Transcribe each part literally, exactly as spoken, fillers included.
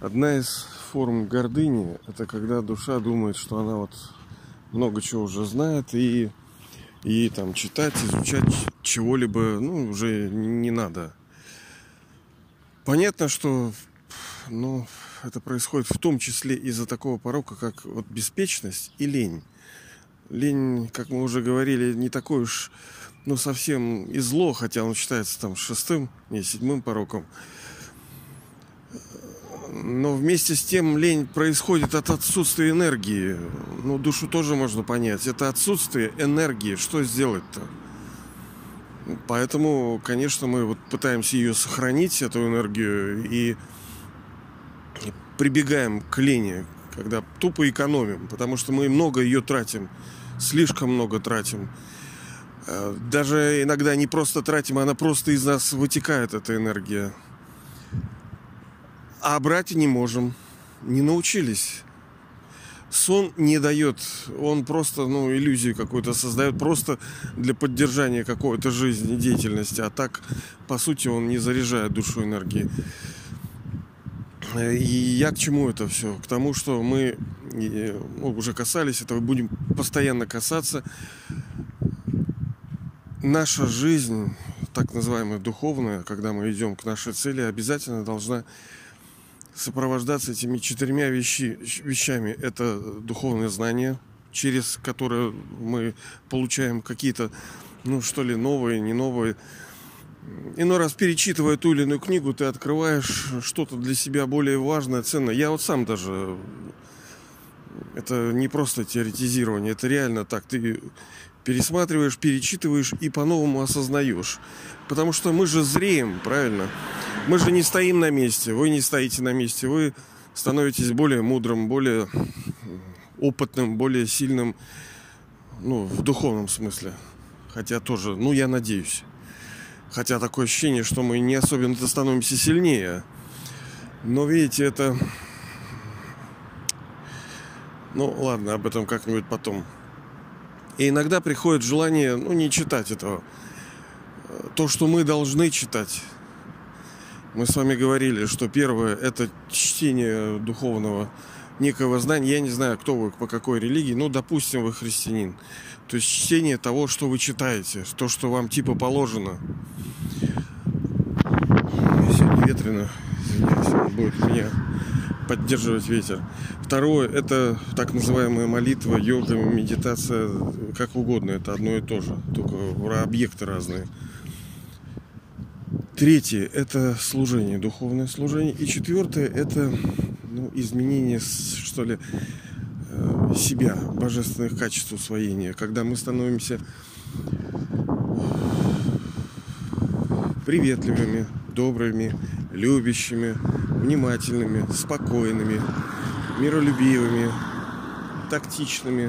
Одна из форм гордыни – это когда душа думает, что она вот много чего уже знает, и, и там читать, изучать чего-либо, ну, уже не надо. Понятно, что ну, это происходит в том числе из-за такого порока, как вот беспечность и лень. Лень, как мы уже говорили, не такой уж, ну, совсем и зло, хотя он считается там шестым, не седьмым пороком. Но вместе с тем лень происходит от отсутствия энергии. Ну, душу тоже можно понять. Это отсутствие энергии. Что сделать-то? Поэтому, конечно, мы вот пытаемся ее сохранить, эту энергию, и прибегаем к лени, когда тупо экономим, потому что мы много ее тратим, слишком много тратим. Даже иногда не просто тратим, она просто из нас вытекает, эта энергия. А брать не можем, не научились. Сон не дает, он просто, ну, иллюзию какую-то создает, просто для поддержания какой-то жизни, деятельности. А так, по сути, он не заряжает душу энергией. И я к чему это все? К тому, что мы ну, уже касались этого, будем постоянно касаться. Наша жизнь, так называемая духовная, когда мы идем к нашей цели, обязательно должна сопровождаться этими четырьмя вещи, вещами. Это духовное знание, через которое мы получаем какие-то, ну что ли, новые, не новые. Иной раз, перечитывая ту или иную книгу, ты открываешь что-то для себя более важное, ценное. Я вот сам даже... Это не просто теоретизирование, это реально так. Ты пересматриваешь, перечитываешь и по-новому осознаешь. Потому что мы же зреем, правильно? Мы же не стоим на месте, вы не стоите на месте. Вы становитесь более мудрым, более опытным, более сильным, ну, в духовном смысле. Хотя тоже, ну, я надеюсь. Хотя такое ощущение, что мы не особенно-то становимся сильнее. Но, видите, это... Ну, ладно, об этом как-нибудь потом. И иногда приходит желание, ну, не читать этого. То, что мы должны читать. Мы с вами говорили, что первое – это чтение духовного некого знания. Я не знаю, кто вы, по какой религии, ну, допустим, вы христианин. То есть чтение того, что вы читаете, то, что вам типа положено. Сегодня ветрено, извиняюсь, будет меня поддерживать ветер. Второе – это так называемая молитва, йога, медитация, как угодно, это одно и то же, только объекты разные. Третье – это служение, духовное служение. И четвертое – это ну, изменение, что ли, себя, божественных качеств усвоения. Когда мы становимся приветливыми, добрыми, любящими, внимательными, спокойными, миролюбивыми, тактичными,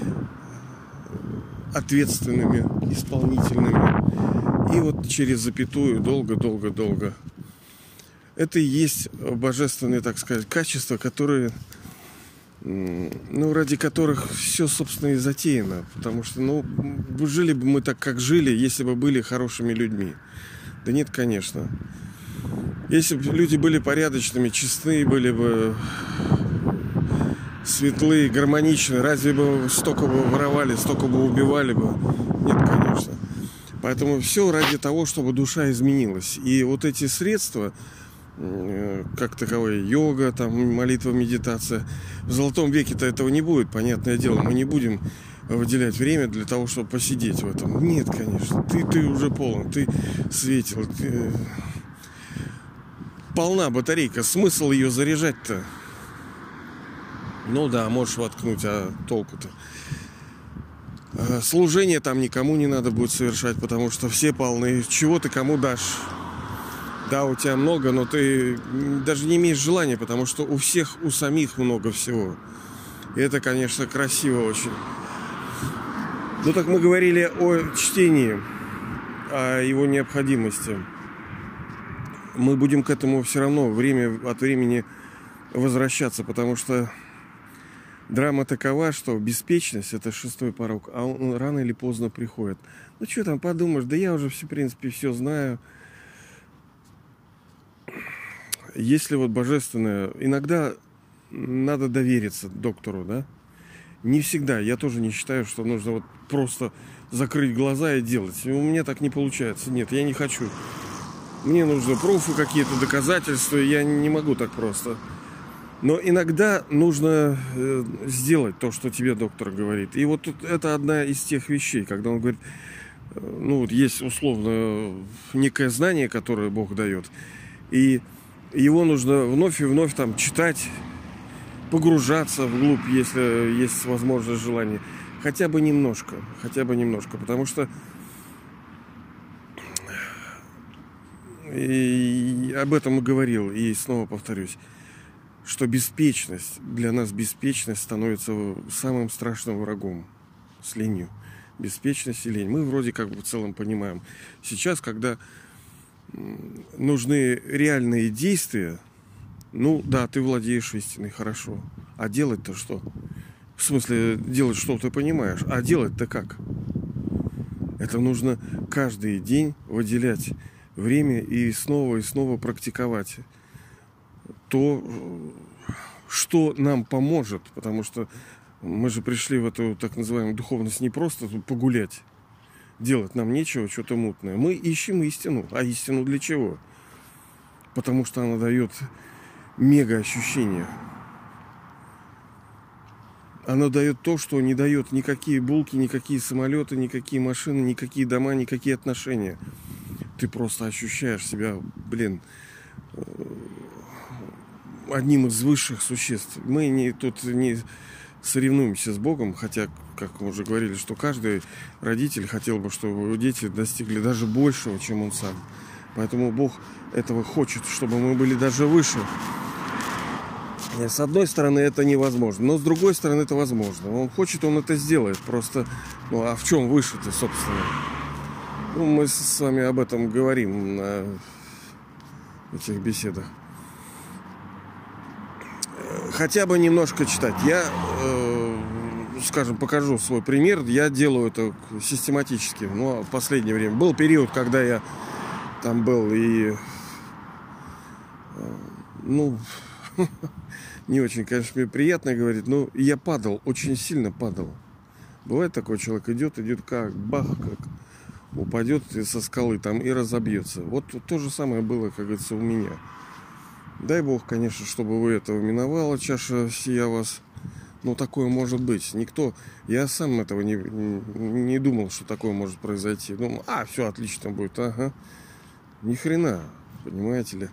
ответственными, исполнительными. И вот через запятую долго-долго-долго. Это и есть божественные, так сказать, качества, которые, ну, ради которых все, собственно, и затеяно. Потому что, ну, жили бы мы так, как жили, если бы были хорошими людьми. Да нет, конечно. Если бы люди были порядочными, честные, были бы светлые, гармоничные, разве бы столько бы воровали, столько бы убивали бы? Нет, конечно. Поэтому все ради того, чтобы душа изменилась. И вот эти средства, как таковые, йога, там, молитва, медитация, в золотом веке-то этого не будет, понятное дело. Мы не будем выделять время для того, чтобы посидеть в этом. Нет, конечно. Ты, ты уже полон, ты светил, ты... полна батарейка. Смысл ее заряжать-то? Ну да, можешь воткнуть, а толку-то? Служение там никому не надо будет совершать, потому что все полны. Чего ты кому дашь? Да, у тебя много, но ты даже не имеешь желания, потому что у всех, у самих много всего. И это, конечно, красиво очень. Ну, так мы говорили о чтении, о его необходимости. Мы будем к этому все равно время от времени возвращаться, потому что драма такова, что беспечность – это шестой порок, а он рано или поздно приходит. Ну, что там подумаешь, да я уже, в принципе, все знаю. если вот божественное, иногда надо довериться доктору, да? Не всегда. Я тоже не считаю, что нужно вот просто закрыть глаза и делать. У меня так не получается. Нет, я не хочу. Мне нужны пруфы какие-то, доказательства. Я не могу так просто. Но иногда нужно э, сделать то, что тебе доктор говорит. И вот тут это одна из тех вещей, когда он говорит, э, ну вот есть условно некое знание, которое Бог дает. И его нужно вновь и вновь там читать, погружаться вглубь, если есть возможность, желание. Хотя бы немножко, хотя бы немножко. Потому что и об этом и говорил, и снова повторюсь, что беспечность, для нас беспечность становится самым страшным врагом с ленью. Беспечность и лень. Мы вроде как бы в целом понимаем. Сейчас, когда нужны реальные действия, ну да, ты владеешь истиной, хорошо. А делать-то что? В смысле, делать что ты понимаешь. А делать-то как? Это нужно каждый день выделять время и снова и снова практиковать то, что нам поможет. Потому что мы же пришли в эту так называемую духовность не просто тут погулять. Делать нам нечего, что-то мутное. Мы ищем истину. А истину для чего? Потому что она дает мега ощущения. Она дает то, что не дает никакие булки, никакие самолеты, никакие машины, никакие дома, никакие отношения. Ты просто ощущаешь себя, блин, одним из высших существ. Мы не, тут не соревнуемся с Богом, хотя, как мы уже говорили, что каждый родитель хотел бы, чтобы его дети достигли даже большего, чем он сам. Поэтому Бог этого хочет, чтобы мы были даже выше. И с одной стороны, это невозможно, но с другой стороны, это возможно. Он хочет, он это сделает. Просто, ну а в чем выше-то, собственно? Ну, мы с вами об этом говорим на этих беседах. Хотя бы немножко читать. Я, э, скажем, покажу свой пример. Я делаю это систематически. Но в последнее время был период, когда я там был и, э, ну, не очень, конечно, мне приятно говорить, но я падал, очень сильно падал. Бывает такой человек идет, идет как бах, как упадет со скалы там и разобьется. Вот то же самое было, как говорится, у меня. Дай Бог, конечно, чтобы вы этого миновала, чаша сия вас. Но такое может быть. Никто, я сам этого не, не думал, что такое может произойти. Думал, а, все отлично будет, ага. Ни хрена, понимаете ли.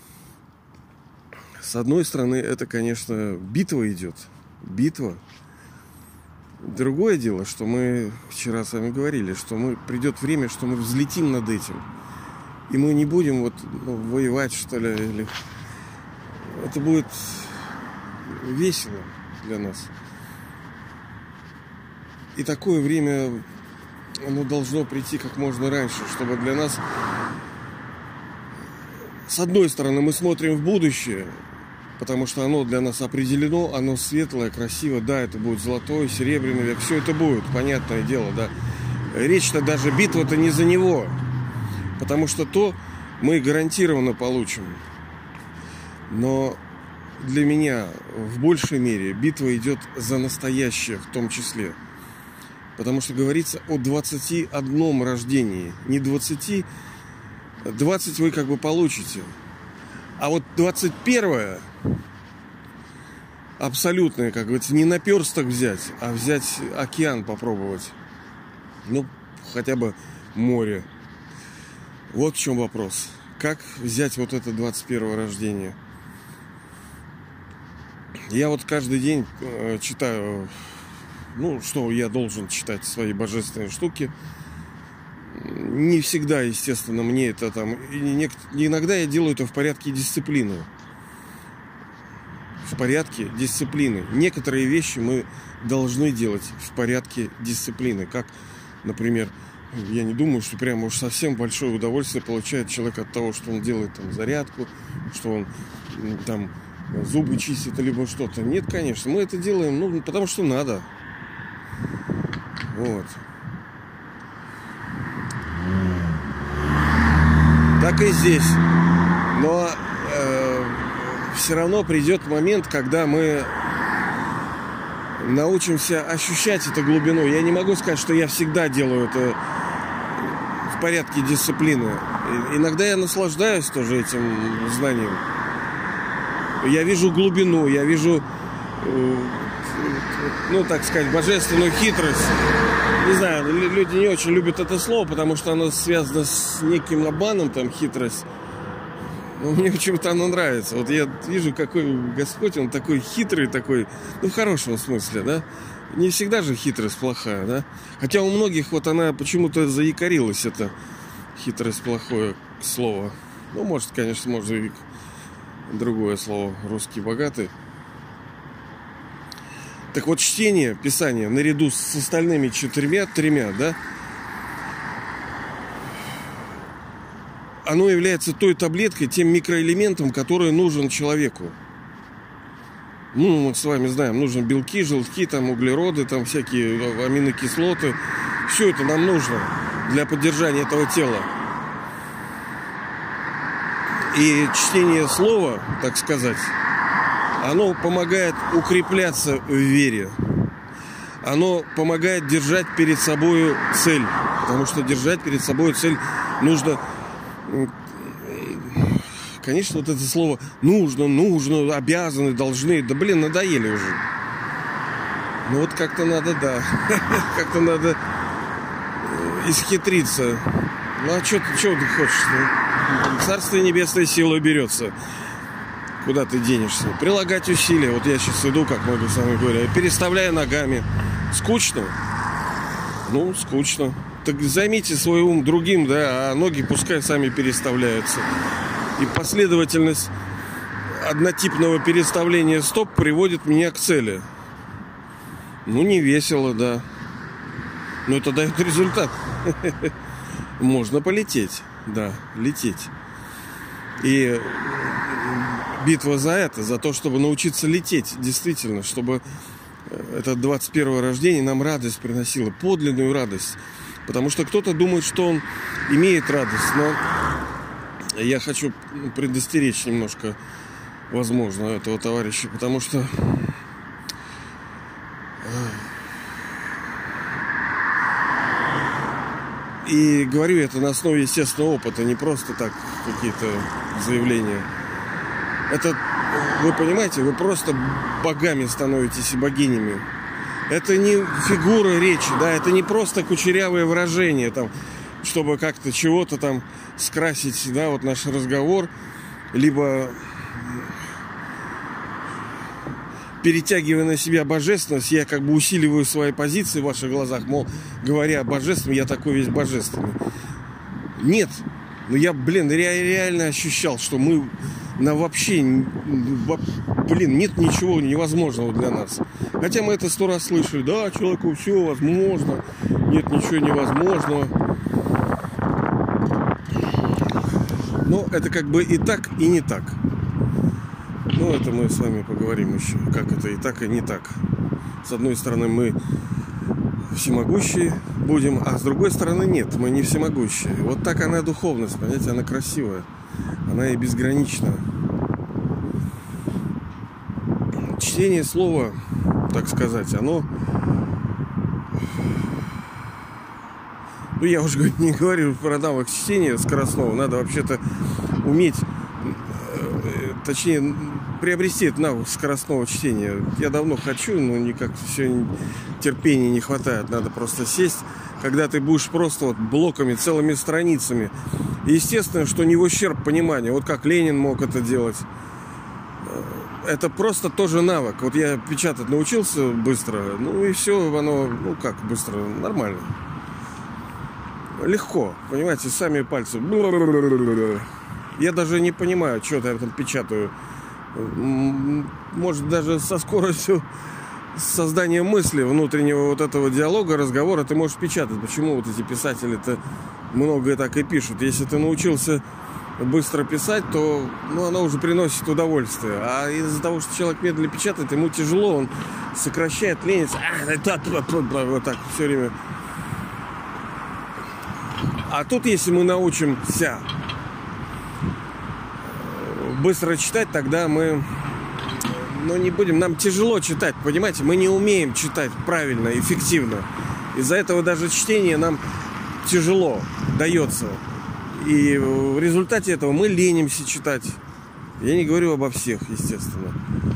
С одной стороны, это, конечно, битва идет. Битва. Другое дело, что мы вчера с вами говорили, что мы придет время, что мы взлетим над этим. И мы не будем вот ну, воевать, что ли, или... Это будет весело для нас. И такое время, оно должно прийти как можно раньше, чтобы для нас... С одной стороны, мы смотрим в будущее, потому что оно для нас определено, оно светлое, красиво, да, это будет золотой, серебряный век, все это будет, понятное дело, да. Речь-то даже, битва-то не за него, потому что то мы гарантированно получим. Но для меня в большей мере битва идет за настоящее в том числе. Потому что говорится о двадцати одном рождении. Не двадцати, двадцать вы как бы получите. А вот двадцать первое абсолютное, как говорится, не наперсток взять, а взять океан попробовать. Ну, хотя бы море. Вот в чем вопрос. Как взять вот это двадцать первое рождение? Я вот каждый день э, читаю, ну, что я должен читать свои божественные штуки. Не всегда, естественно, мне это там... И не, иногда я делаю это в порядке дисциплины. В порядке дисциплины. Некоторые вещи мы должны делать в порядке дисциплины. Как, например, я не думаю, что прямо уж совсем большое удовольствие получает человек от того, что он делает там зарядку, что он там зубы чистит, либо что-то. Нет, конечно, мы это делаем, ну, потому что надо. Вот. Так и здесь. Но э, все равно придет момент, когда мы научимся ощущать эту глубину. Я не могу сказать, что я всегда делаю это в порядке дисциплины. Иногда я наслаждаюсь тоже этим знанием. Я вижу глубину, я вижу, ну, так сказать, божественную хитрость. Не знаю, люди не очень любят это слово, потому что оно связано с неким обманом, там, хитрость. Но мне почему-то оно нравится. Вот я вижу, какой Господь, он такой хитрый, такой, ну, в хорошем смысле, да. Не всегда же хитрость плохая, да. Хотя у многих вот она почему-то заякорилась, эта хитрость, плохое слово. Ну, может, конечно, может и другое слово, русский богатый. Так вот, чтение Писания наряду с остальными четырьмя, тремя, да, оно является той таблеткой, тем микроэлементом, который нужен человеку. Ну, мы с вами знаем, нужны белки, желтки, там, углероды, там, всякие аминокислоты. Все это нам нужно для поддержания этого тела. И чтение слова, так сказать, оно помогает укрепляться в вере. Оно помогает держать перед собой цель. Потому что держать перед собой цель нужно... Конечно, вот это слово нужно, нужно, обязаны, должны. Да, блин, надоели уже. Ну вот как-то надо, да. Как-то надо исхитриться. Ну а что ты, что ты хочешь? Царствие небесное силой берется. Куда ты денешься? Прилагать усилия. Вот я сейчас иду, как много с вами говорю, переставляя ногами. Скучно? Ну, скучно. Так займите свой ум другим, да, а ноги пускай сами переставляются. И последовательность однотипного переставления стоп приводит меня к цели. Ну, не весело, да. Но это дает результат. Можно полететь, да, лететь. И битва за это, за то, чтобы научиться лететь, действительно, чтобы это двадцать первое рождение нам радость приносило, подлинную радость. Потому что кто-то думает, что он имеет радость, но я хочу предостеречь немножко, возможно, этого товарища, потому что и говорю это на основе естественного опыта, не просто так какие-то заявления. Это, вы понимаете, вы просто богами становитесь и богинями. Это не фигура речи, да, это не просто кучерявое выражение, там, чтобы как-то чего-то там скрасить, да, вот наш разговор, либо перетягивая на себя божественность, я как бы усиливаю свои позиции в ваших глазах, мол, говоря о божественном, я такой весь божественный. Нет, ну я, блин, ре- реально ощущал, что мы на вообще, блин, нет ничего невозможного для нас. Хотя мы это сто раз слышали, да, человеку все возможно, нет ничего невозможного. Но это как бы и так, и не так. Ну, это мы с вами поговорим еще, как это и так, и не так. С одной стороны, мы всемогущие будем, а с другой стороны, нет, мы не всемогущие. Вот так она духовность, понимаете, она красивая, она и безгранична. Чтение слова, так сказать, оно... Ну, я уже не говорю про навык чтения скоростного. Надо вообще-то уметь, точнее, приобрести этот навык скоростного чтения. Я давно хочу, но никак все терпения не хватает. Надо просто сесть, когда ты будешь просто вот блоками, целыми страницами. И естественно, что не в ущерб пониманию. Вот как Ленин мог это делать. Это просто тоже навык. Вот я печатать научился быстро. Ну и все, оно, ну как быстро, нормально. Легко, понимаете, сами пальцы. Я даже не понимаю, что я там печатаю. Может, даже со скоростью создания мысли, внутреннего вот этого диалога, разговора ты можешь печатать. Почему вот эти писатели-то многое так и пишут? Если ты научился быстро писать, то ну, оно уже приносит удовольствие. А из-за того, что человек медленно печатает, ему тяжело, он сокращает, ленится. Вот так все время. А тут, если мы научимся быстро читать, тогда мы, ну, не будем, нам тяжело читать, понимаете, мы не умеем читать правильно, эффективно. Из-за этого даже чтение нам тяжело дается. И в результате этого мы ленимся читать. Я не говорю обо всех, естественно.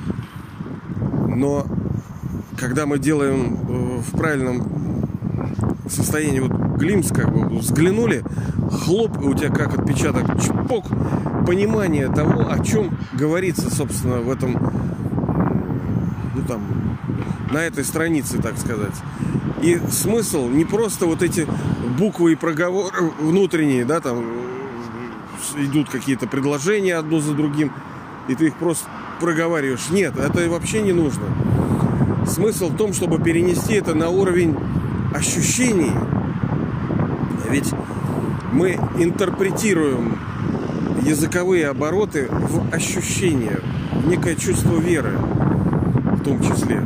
Но когда мы делаем в правильном состоянии, вот глимс, как бы взглянули, хлоп, у тебя как отпечаток, чпок, понимание того, о чем говорится, собственно, в этом, ну там, на этой странице, так сказать. И смысл не просто вот эти буквы и проговоры внутренние, да, там идут какие-то предложения одно за другим, и ты их просто проговариваешь. Нет, это вообще не нужно. Смысл в том, чтобы перенести это на уровень ощущений. Ведь мы интерпретируем языковые обороты в ощущения, в некое чувство веры в том числе.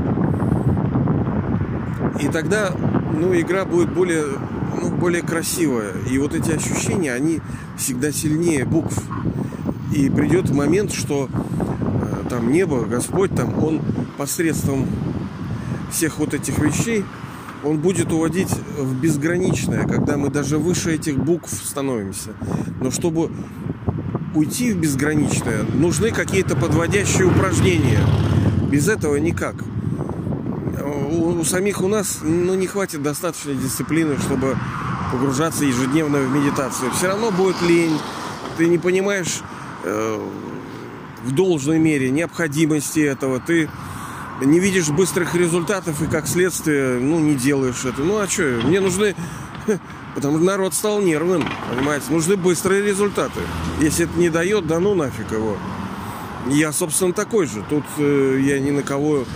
И тогда, ну, игра будет более, ну, более красивая. И вот эти ощущения, они всегда сильнее букв. И придет момент, что э, там небо, Господь, там, Он посредством всех вот этих вещей, Он будет уводить в безграничное, когда мы даже выше этих букв становимся. Но чтобы уйти в безграничное, нужны какие-то подводящие упражнения. Без этого никак. У, у самих у нас, ну, не хватит достаточной дисциплины, чтобы погружаться ежедневно в медитацию. Все равно будет лень. Ты не понимаешь э, в должной мере необходимости этого. Ты не видишь быстрых результатов и, как следствие, ну, не делаешь это. Ну, а что? Мне нужны... Потому что народ стал нервным, понимаете? Нужны быстрые результаты. Если это не дает, да ну нафиг его. Я, собственно, такой же. Тут э, я ни на кого...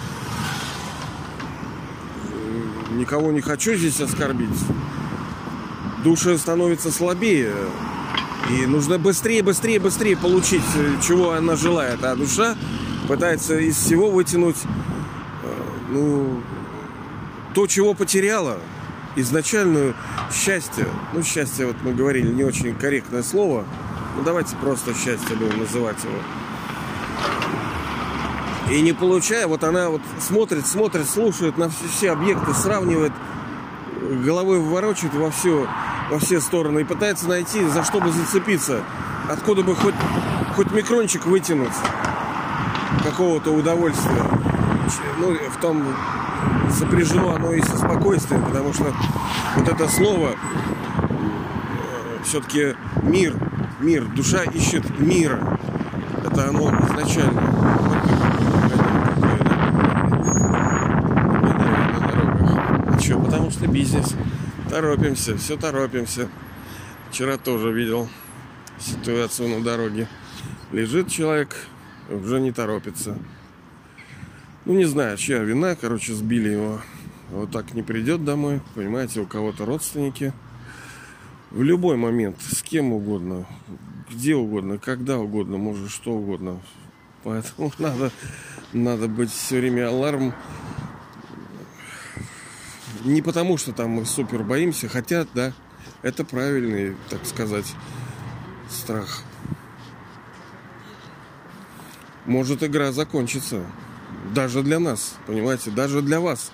Никого не хочу здесь оскорбить. Душа становится слабее. И нужно быстрее, быстрее, быстрее получить, чего она желает. А душа пытается из всего вытянуть, ну, то, чего потеряла. Изначальное счастье. Ну, счастье, вот мы говорили, не очень корректное слово. Ну, давайте просто счастье будем называть его. И не получая, вот она вот смотрит, смотрит, слушает на все, все объекты, сравнивает, головой ворочает во все, во все стороны и пытается найти, за что бы зацепиться, откуда бы хоть, хоть микрончик вытянуть какого-то удовольствия. Ну, в том сопряжено оно и со спокойствием, потому что вот это слово все-таки мир, мир, душа ищет мира. Это оно изначально. Что, потому что бизнес. Торопимся, все торопимся. Вчера тоже видел ситуацию на дороге. Лежит человек, уже не торопится. Ну, не знаю, чья вина, короче, сбили его. Вот так не придет домой. Понимаете, у кого-то родственники. В любой момент, с кем угодно, где угодно, когда угодно, может, что угодно. Поэтому надо, надо быть все время аларм. Не потому, что там мы супер боимся, хотя, да, это правильный, так сказать, страх. Может игра закончиться. Даже для нас, понимаете, даже для вас.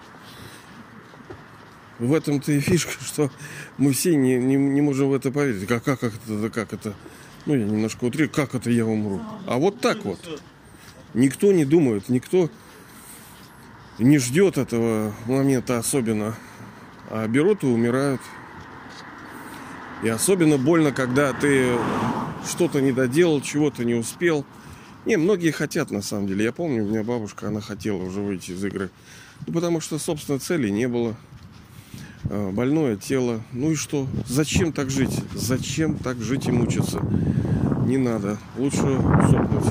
В этом-то и фишка, что мы все не, не, не можем в это поверить. Как, как, как это, как это? Ну, я немножко утрирую, как это я умру? А вот так вот. Никто не думает, никто не ждет этого момента особенно. А берут и умирают. И особенно больно, когда ты что-то не доделал, чего-то не успел. Не, многие хотят, на самом деле. Я помню, у меня бабушка, она хотела уже выйти из игры. Ну, потому что, собственно, цели не было. Больное тело. Ну и что? Зачем так жить? Зачем так жить и мучиться? Не надо. Лучше сопнуть.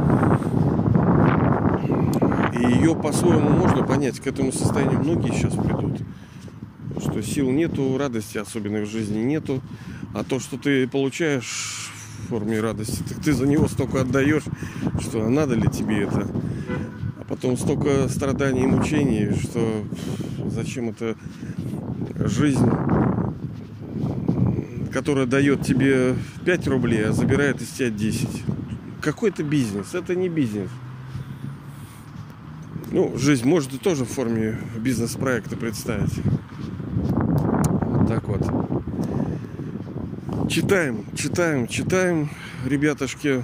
И ее по-своему можно понять. К этому состоянию многие сейчас придут. Что сил нету, радости особенной в жизни нету. А то, что ты получаешь в форме радости, так ты за него столько отдаешь, что надо ли тебе это? А потом столько страданий и мучений, что зачем это жизнь, которая дает тебе пять рублей, а забирает из тебя десять. какой-то бизнес. Это не бизнес. Ну, жизнь можно тоже в форме бизнес-проекта представить. Вот так вот. Читаем, читаем, читаем, ребятушки.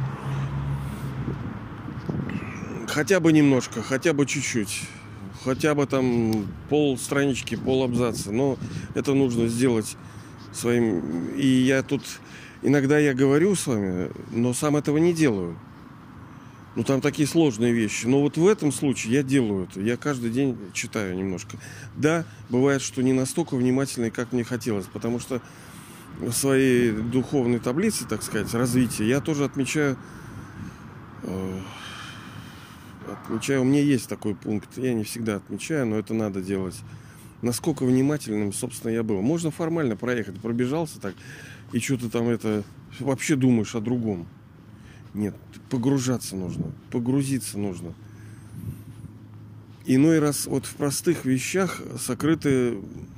Хотя бы немножко, хотя бы чуть-чуть. Хотя бы там пол странички, пол абзаца. Но это нужно сделать своим. И я тут... Иногда я говорю с вами, но сам этого не делаю. Ну, там такие сложные вещи. Но вот в этом случае я делаю это. Я каждый день читаю немножко. Да, бывает, что не настолько внимательный, как мне хотелось. Потому что в своей духовной таблице, так сказать, развития, я тоже отмечаю... Э, отмечаю, у меня есть такой пункт. Я не всегда отмечаю, но это надо делать. Насколько внимательным, собственно, я был. Можно формально проехать. Пробежался так, и что-то там это... Вообще думаешь о другом. Нет, погружаться нужно, погрузиться нужно. Иной раз вот в простых вещах сокрыты,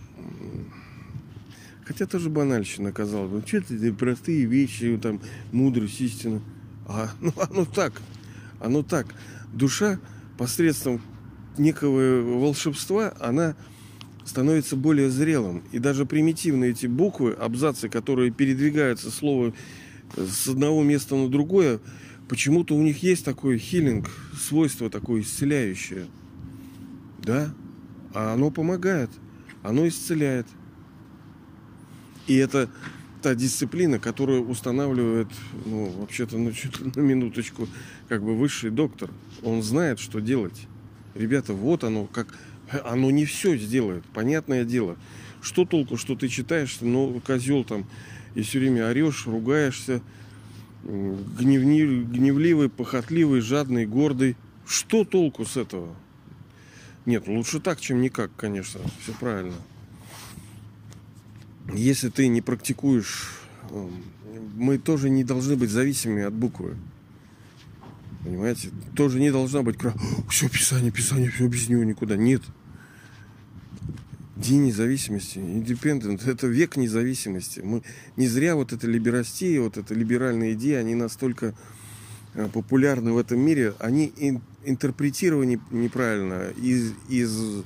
хотя тоже банальщина, казалось бы, ну что это простые вещи, там мудрость, истина. А, ну оно так, оно так. Душа посредством некого волшебства, она становится более зрелым. И даже примитивные эти буквы, абзацы, которые передвигаются слово с одного места на другое, почему-то у них есть такой хилинг, свойство такое исцеляющее. Да? А оно помогает. Оно исцеляет. И это та дисциплина, которую устанавливает, ну, вообще-то, ну, чуть на минуточку, как бы высший доктор. Он знает, что делать. Ребята, вот оно, как... Оно не все сделает, понятное дело. Что толку, что ты читаешь, ну, козел там, и все время орешь, ругаешься, гневни, гневливый, похотливый, жадный, гордый. Что толку с этого? Нет, лучше так, чем никак, конечно. Все правильно. Если ты не практикуешь, мы тоже не должны быть зависимыми от буквы. Понимаете? Тоже не должна быть все писание, писание, все без него никуда. Нет. День независимости, independent, это век независимости. Мы не зря вот эта либерастия, вот эта либеральная идея, они настолько популярны в этом мире, они ин- интерпретированы неправильно, из, из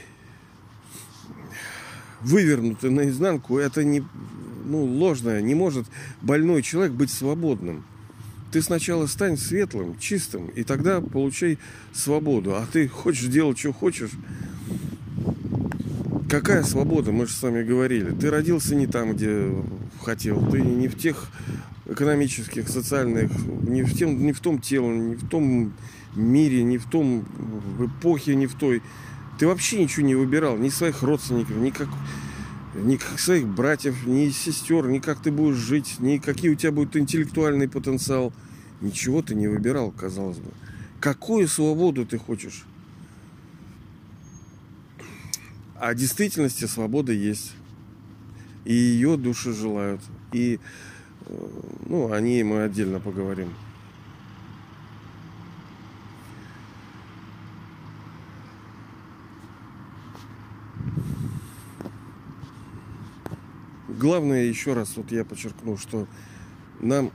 вывернуты наизнанку. Это не, ну, ложное. Не может больной человек быть свободным. Ты сначала стань светлым, чистым, и тогда получай свободу. А ты хочешь делать, что хочешь. Какая свобода? Мы же с вами говорили. Ты родился не там, где хотел. Ты не в тех экономических, социальных, не в, тем, не в том теле, не в том мире, не в том в эпохе, не в той. Ты вообще ничего не выбирал. Ни своих родственников, ни, как, ни как своих братьев, ни сестер, ни как ты будешь жить, ни какие у тебя будет интеллектуальный потенциал. Ничего ты не выбирал, казалось бы. Какую свободу ты хочешь? А в действительности свобода есть. И ее души желают. И, ну, о ней мы отдельно поговорим. Главное, еще раз вот я подчеркну, что нам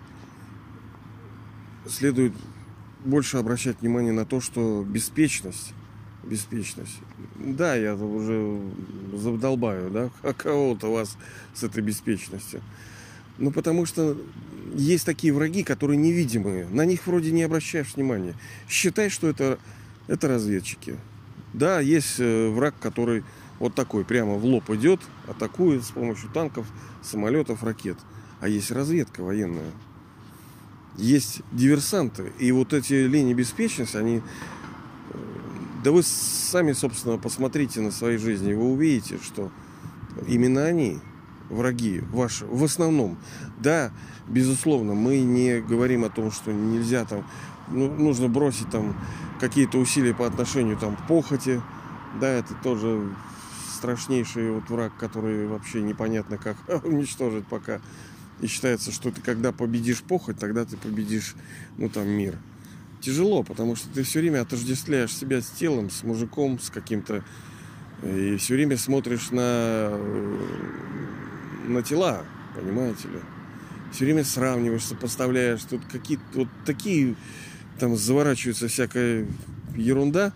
следует больше обращать внимание на то, что беспечность, беспечность. Да, я уже задолбаю, да, а кого-то вас с этой беспечностью. Ну, потому что есть такие враги, которые невидимые. На них вроде не обращаешь внимания. Считай, что это, это разведчики. Да, есть враг, который вот такой, прямо в лоб идет, атакует с помощью танков, самолетов, ракет. А есть разведка военная. Есть диверсанты. И вот эти линии беспечности, они... Да вы сами, собственно, посмотрите на своей жизни, и вы увидите, что именно они, враги ваши, в основном. Да, безусловно, мы не говорим о том, что нельзя там, ну, нужно бросить там какие-то усилия по отношению там к похоти. Да, это тоже страшнейший вот враг, который вообще непонятно как уничтожить пока. И считается, что ты когда победишь похоть, тогда ты победишь, ну, там, мир. Тяжело, потому что ты все время отождествляешь себя с телом, с мужиком, с каким-то... И все время смотришь на, на тела, понимаете ли. все время сравниваешь, сопоставляешь. Тут какие-то вот такие там заворачивается всякая ерунда.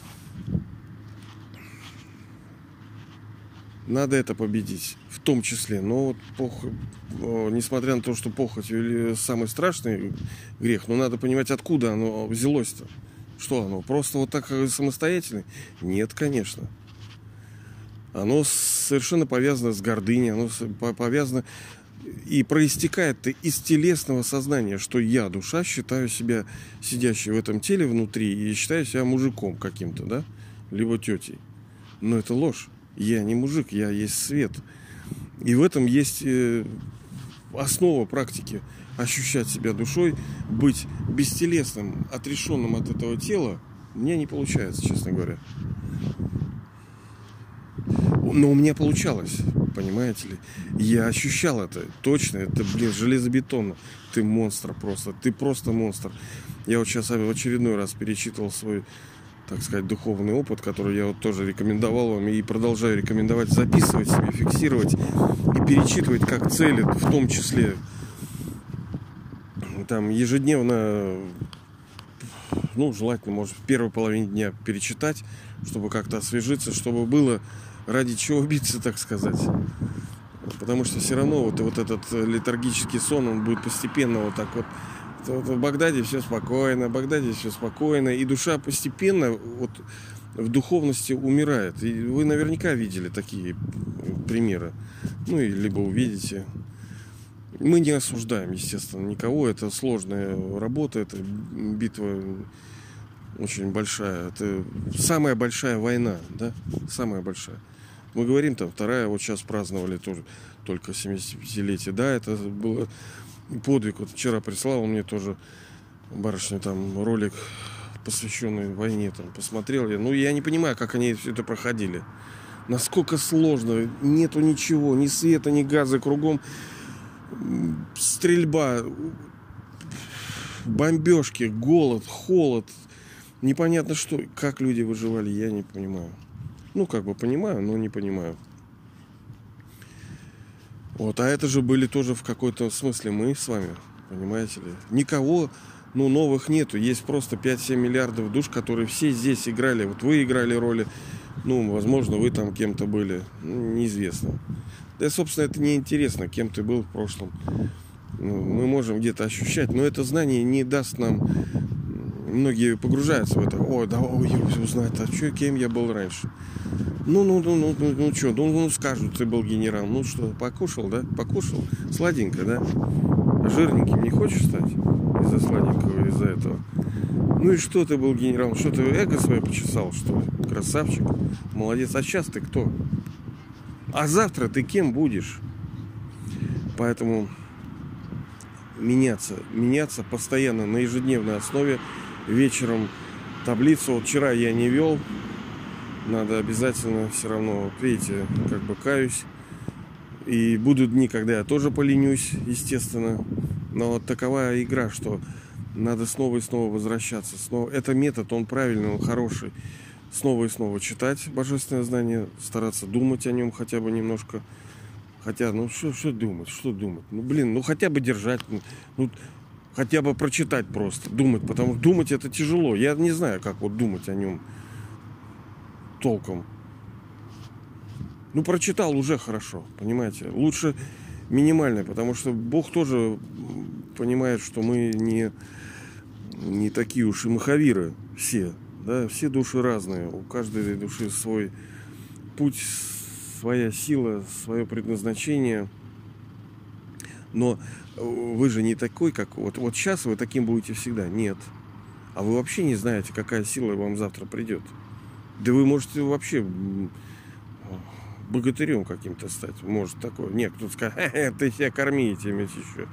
Надо это победить, в том числе. Но вот пох... несмотря на то, что похоть самый страшный грех, но надо понимать, откуда оно взялось-то. Что оно? Просто вот так самостоятельно? Нет, конечно. Оно совершенно повязано с гордыней, оно повязано и проистекает из телесного сознания, что я, душа, считаю себя сидящей в этом теле внутри и считаю себя мужиком каким-то, да, либо тетей. Но это ложь. Я не мужик, я есть свет. И в этом есть основа практики. Ощущать себя душой, быть бестелесным, отрешенным от этого тела, мне не получается, честно говоря. Но у меня получалось, понимаете ли. Я ощущал это, точно, это, блин, железобетонно. Ты монстр просто, ты просто монстр. Я вот сейчас в очередной раз перечитывал свой, так сказать, духовный опыт, который я вот тоже рекомендовал вам и продолжаю рекомендовать записывать себе, фиксировать и перечитывать как цели, в том числе там ежедневно, ну, желательно, может, в первой половине дня перечитать, чтобы как-то освежиться, чтобы было ради чего биться, так сказать. Потому что все равно вот, вот этот летаргический сон, он будет постепенно вот так вот. В Багдаде все спокойно, в Багдаде все спокойно, и душа постепенно вот в духовности умирает. И вы наверняка видели такие примеры. Ну, и либо увидите. Мы не осуждаем, естественно, никого. Это сложная работа, это битва очень большая. Это самая большая война, да? Самая большая. Мы говорим, там, вторая, вот сейчас праздновали тоже только семидесятипятилетие. Да, это было подвиг. Вот вчера прислал мне тоже барышня там ролик, посвященный войне, там, посмотрел я. Ну, я не понимаю, как они все это проходили. Насколько сложно. Нету ничего, ни света, ни газа кругом. Стрельба, бомбежки, голод, холод. Непонятно что. Как люди выживали, я не понимаю. Ну, как бы понимаю, но не понимаю. Вот, а это же были тоже в какой-то смысле мы с вами, понимаете ли. Никого, ну, новых нету. Есть просто пять-семь миллиардов душ, которые все здесь играли. Вот вы играли роли, ну, возможно, вы там кем-то были, ну, неизвестно. Да, собственно, это неинтересно, кем ты был в прошлом. Ну, мы можем где-то ощущать, но это знание не даст нам... Многие погружаются в это. Ой, давай узнать, а что, кем я был раньше. Ну, ну, ну, ну, ну, ну что, ну, ну, скажут, ты был генерал. Ну что, покушал, да? Покушал? Сладенько, да? А жирненьким не хочешь стать? Из-за сладенького, из-за этого. Ну и что ты был генерал? Что ты эго свое почесал, что ли? Красавчик. Молодец. А сейчас ты кто? А завтра ты кем будешь? Поэтому меняться, меняться постоянно на ежедневной основе. Вечером таблицу. Вот вчера я не вел. Надо обязательно все равно, вот видите, как бы каюсь. И будут дни, когда я тоже поленюсь, естественно. Но вот такова игра, что надо снова и снова возвращаться. Снова... Это метод, он правильный, он хороший. Снова и снова читать божественное знание, стараться думать о нем хотя бы немножко. Хотя, ну что, что думать, что думать? Ну, блин, ну хотя бы держать, ну, хотя бы прочитать просто, думать. Потому что думать это тяжело. Я не знаю, как вот думать о нем толком. Ну, прочитал уже хорошо, понимаете. Лучше минимально, потому что Бог тоже понимает, что мы не, не такие уж и маховиры все. Да, все души разные. У каждой души свой путь, своя сила, свое предназначение. Но вы же не такой, как вот, вот сейчас вы таким будете всегда. Нет. А вы вообще не знаете, какая сила вам завтра придет. Да вы можете вообще богатырем каким-то стать. Может такое. Нет, кто-то скажет, ты себя корми этим еще.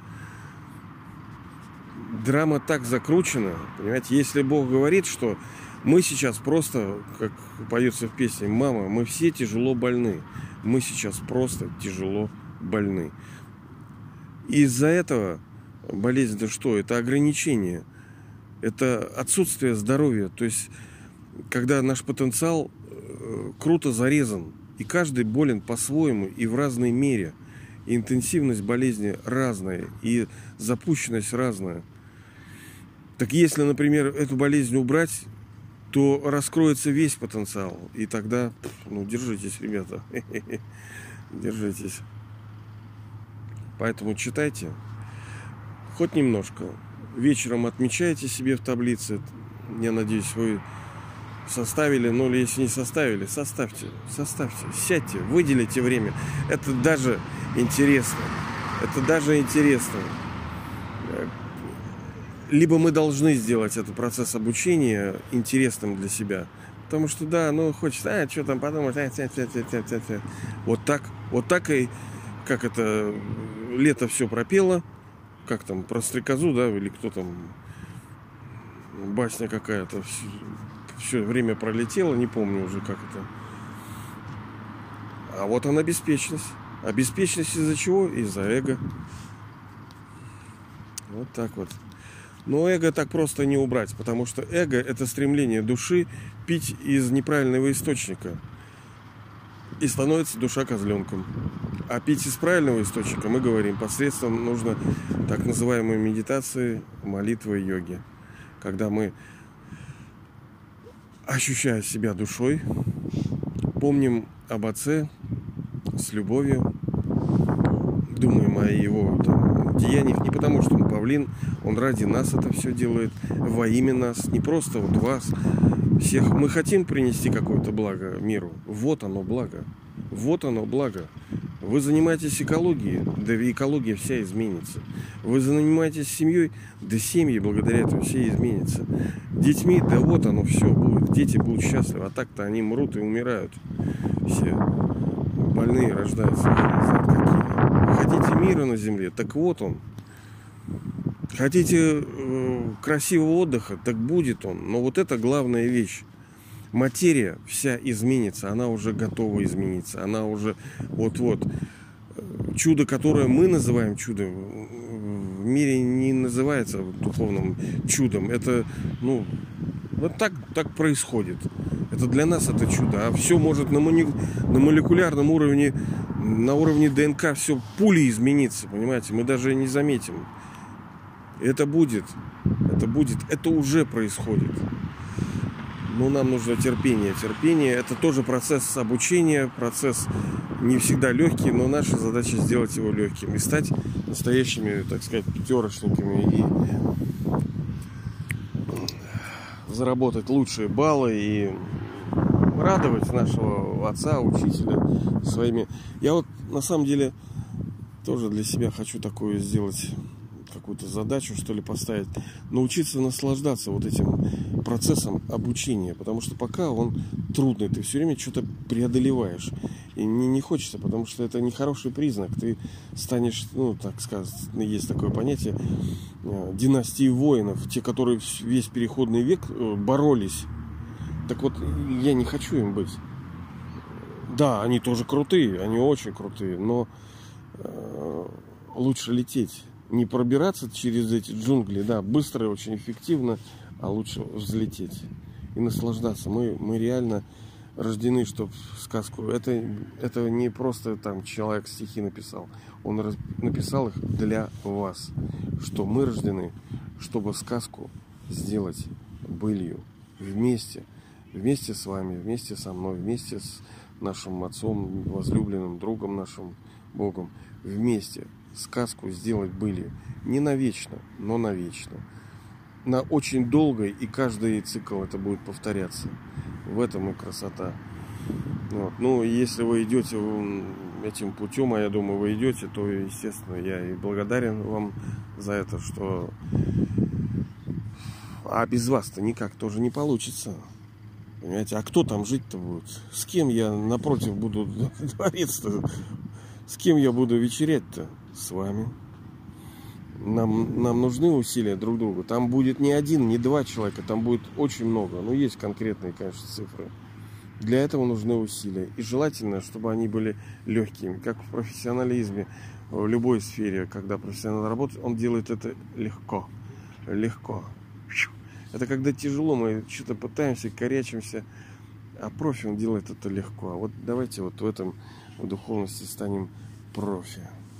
Драма так закручена. Понимаете, если Бог говорит, что мы сейчас просто, как поется в песне, мама, мы все тяжело больны. Мы сейчас просто тяжело больны. Из-за этого болезнь это что? Это ограничение. Это отсутствие здоровья. То есть, когда наш потенциал круто зарезан, и каждый болен по-своему и в разной мере. И интенсивность болезни разная, и запущенность разная. Так если, например, эту болезнь убрать, то раскроется весь потенциал. И тогда, ну, держитесь, ребята. Держитесь. Поэтому читайте. Хоть немножко. Вечером отмечайте себе в таблице. Я надеюсь, вы составили. Ну, или если не составили, составьте. Составьте. Сядьте, выделите время. Это даже интересно. Это даже интересно. Либо мы должны сделать этот процесс обучения интересным для себя. Потому что, да, ну, хочется, а, что там подумать, а, тя, тя, тя, тя, тя. Вот так, вот так и, как это, лето все пропело, как там, про стрекозу, да, или кто там, басня какая-то, все время пролетело, не помню уже, как это. А вот она беспечность. А беспечность из-за чего? Из-за эго. Вот так вот. Но эго так просто не убрать, потому что эго – это стремление души пить из неправильного источника. И становится душа козленком. А пить из правильного источника, мы говорим, посредством нужно так называемой медитации, молитвы, йоги. Когда мы, ощущая себя душой, помним об Отце с любовью, думаем о его там деяниях, не потому что он павлин, он ради нас это все делает, во имя нас, не просто вот вас всех. Мы хотим принести какое-то благо миру. Вот оно благо. Вот оно благо. Вы занимаетесь экологией, да и экология вся изменится. Вы занимаетесь семьей, да семьи благодаря этому все изменятся. Детьми, да вот оно все будет. Дети будут счастливы, а так-то они мрут и умирают. Все больные рождаются, не знаю какие. Хотите мира на земле? Так вот он. Хотите э, красивого отдыха? Так будет он. Но вот это главная вещь. Материя вся изменится. Она уже готова измениться. Она уже вот-вот. Чудо, которое мы называем чудом, в мире не называется духовным чудом. Это, ну, вот так, так происходит. Это для нас это чудо. А все может на, мони... на молекулярном уровне, на уровне ДНК все пулей измениться. Понимаете? Мы даже не заметим. Это будет. Это будет. Это уже происходит. Но нам нужно терпение. Терпение – это тоже процесс обучения, процесс не всегда легкий, но наша задача сделать его легким и стать настоящими, так сказать, пятерочниками и заработать лучшие баллы и радовать нашего отца, учителя своими. Я вот на самом деле тоже для себя хочу такое сделать, какую-то задачу, что ли, поставить, научиться наслаждаться вот этим процессом обучения, потому что пока он трудный, ты все время что-то преодолеваешь, и не, не хочется, потому что это нехороший признак, ты станешь, ну, так сказать, есть такое понятие, династии воинов, те, которые весь переходный век боролись, так вот, я не хочу им быть. Да, они тоже крутые, они очень крутые, но э, лучше лететь. Не пробираться через эти джунгли, да, быстро и очень эффективно, а лучше взлететь и наслаждаться. Мы, мы реально рождены, чтобы сказку. Это, это не просто там человек стихи написал. Он раз, написал их для вас. Что мы рождены, чтобы сказку сделать былью. Вместе. Вместе с вами, вместе со мной, вместе с нашим отцом, возлюбленным другом нашим, Богом. Вместе. Сказку сделать былью. Не навечно, но навечно. На очень долго, и каждый цикл это будет повторяться. В этом и красота. Вот. Ну, если вы идете этим путем, а я думаю, вы идете, то, естественно, я и благодарен вам за это, что... А без вас-то никак тоже не получится. Понимаете? А кто там жить-то будет? С кем я напротив буду дворец-то? С кем я буду вечерять-то? С вами. Нам, нам нужны усилия друг другу. Там будет не один, не два человека, там будет очень много. Но есть конкретные, конечно, цифры. Для этого нужны усилия. И желательно, чтобы они были легкими. Как в профессионализме, в любой сфере, когда профессионал работает, он делает это легко. Легко. Это когда тяжело, мы что-то пытаемся, корячимся. А профи, он делает это легко. А вот давайте вот в этом, в духовности станем профи.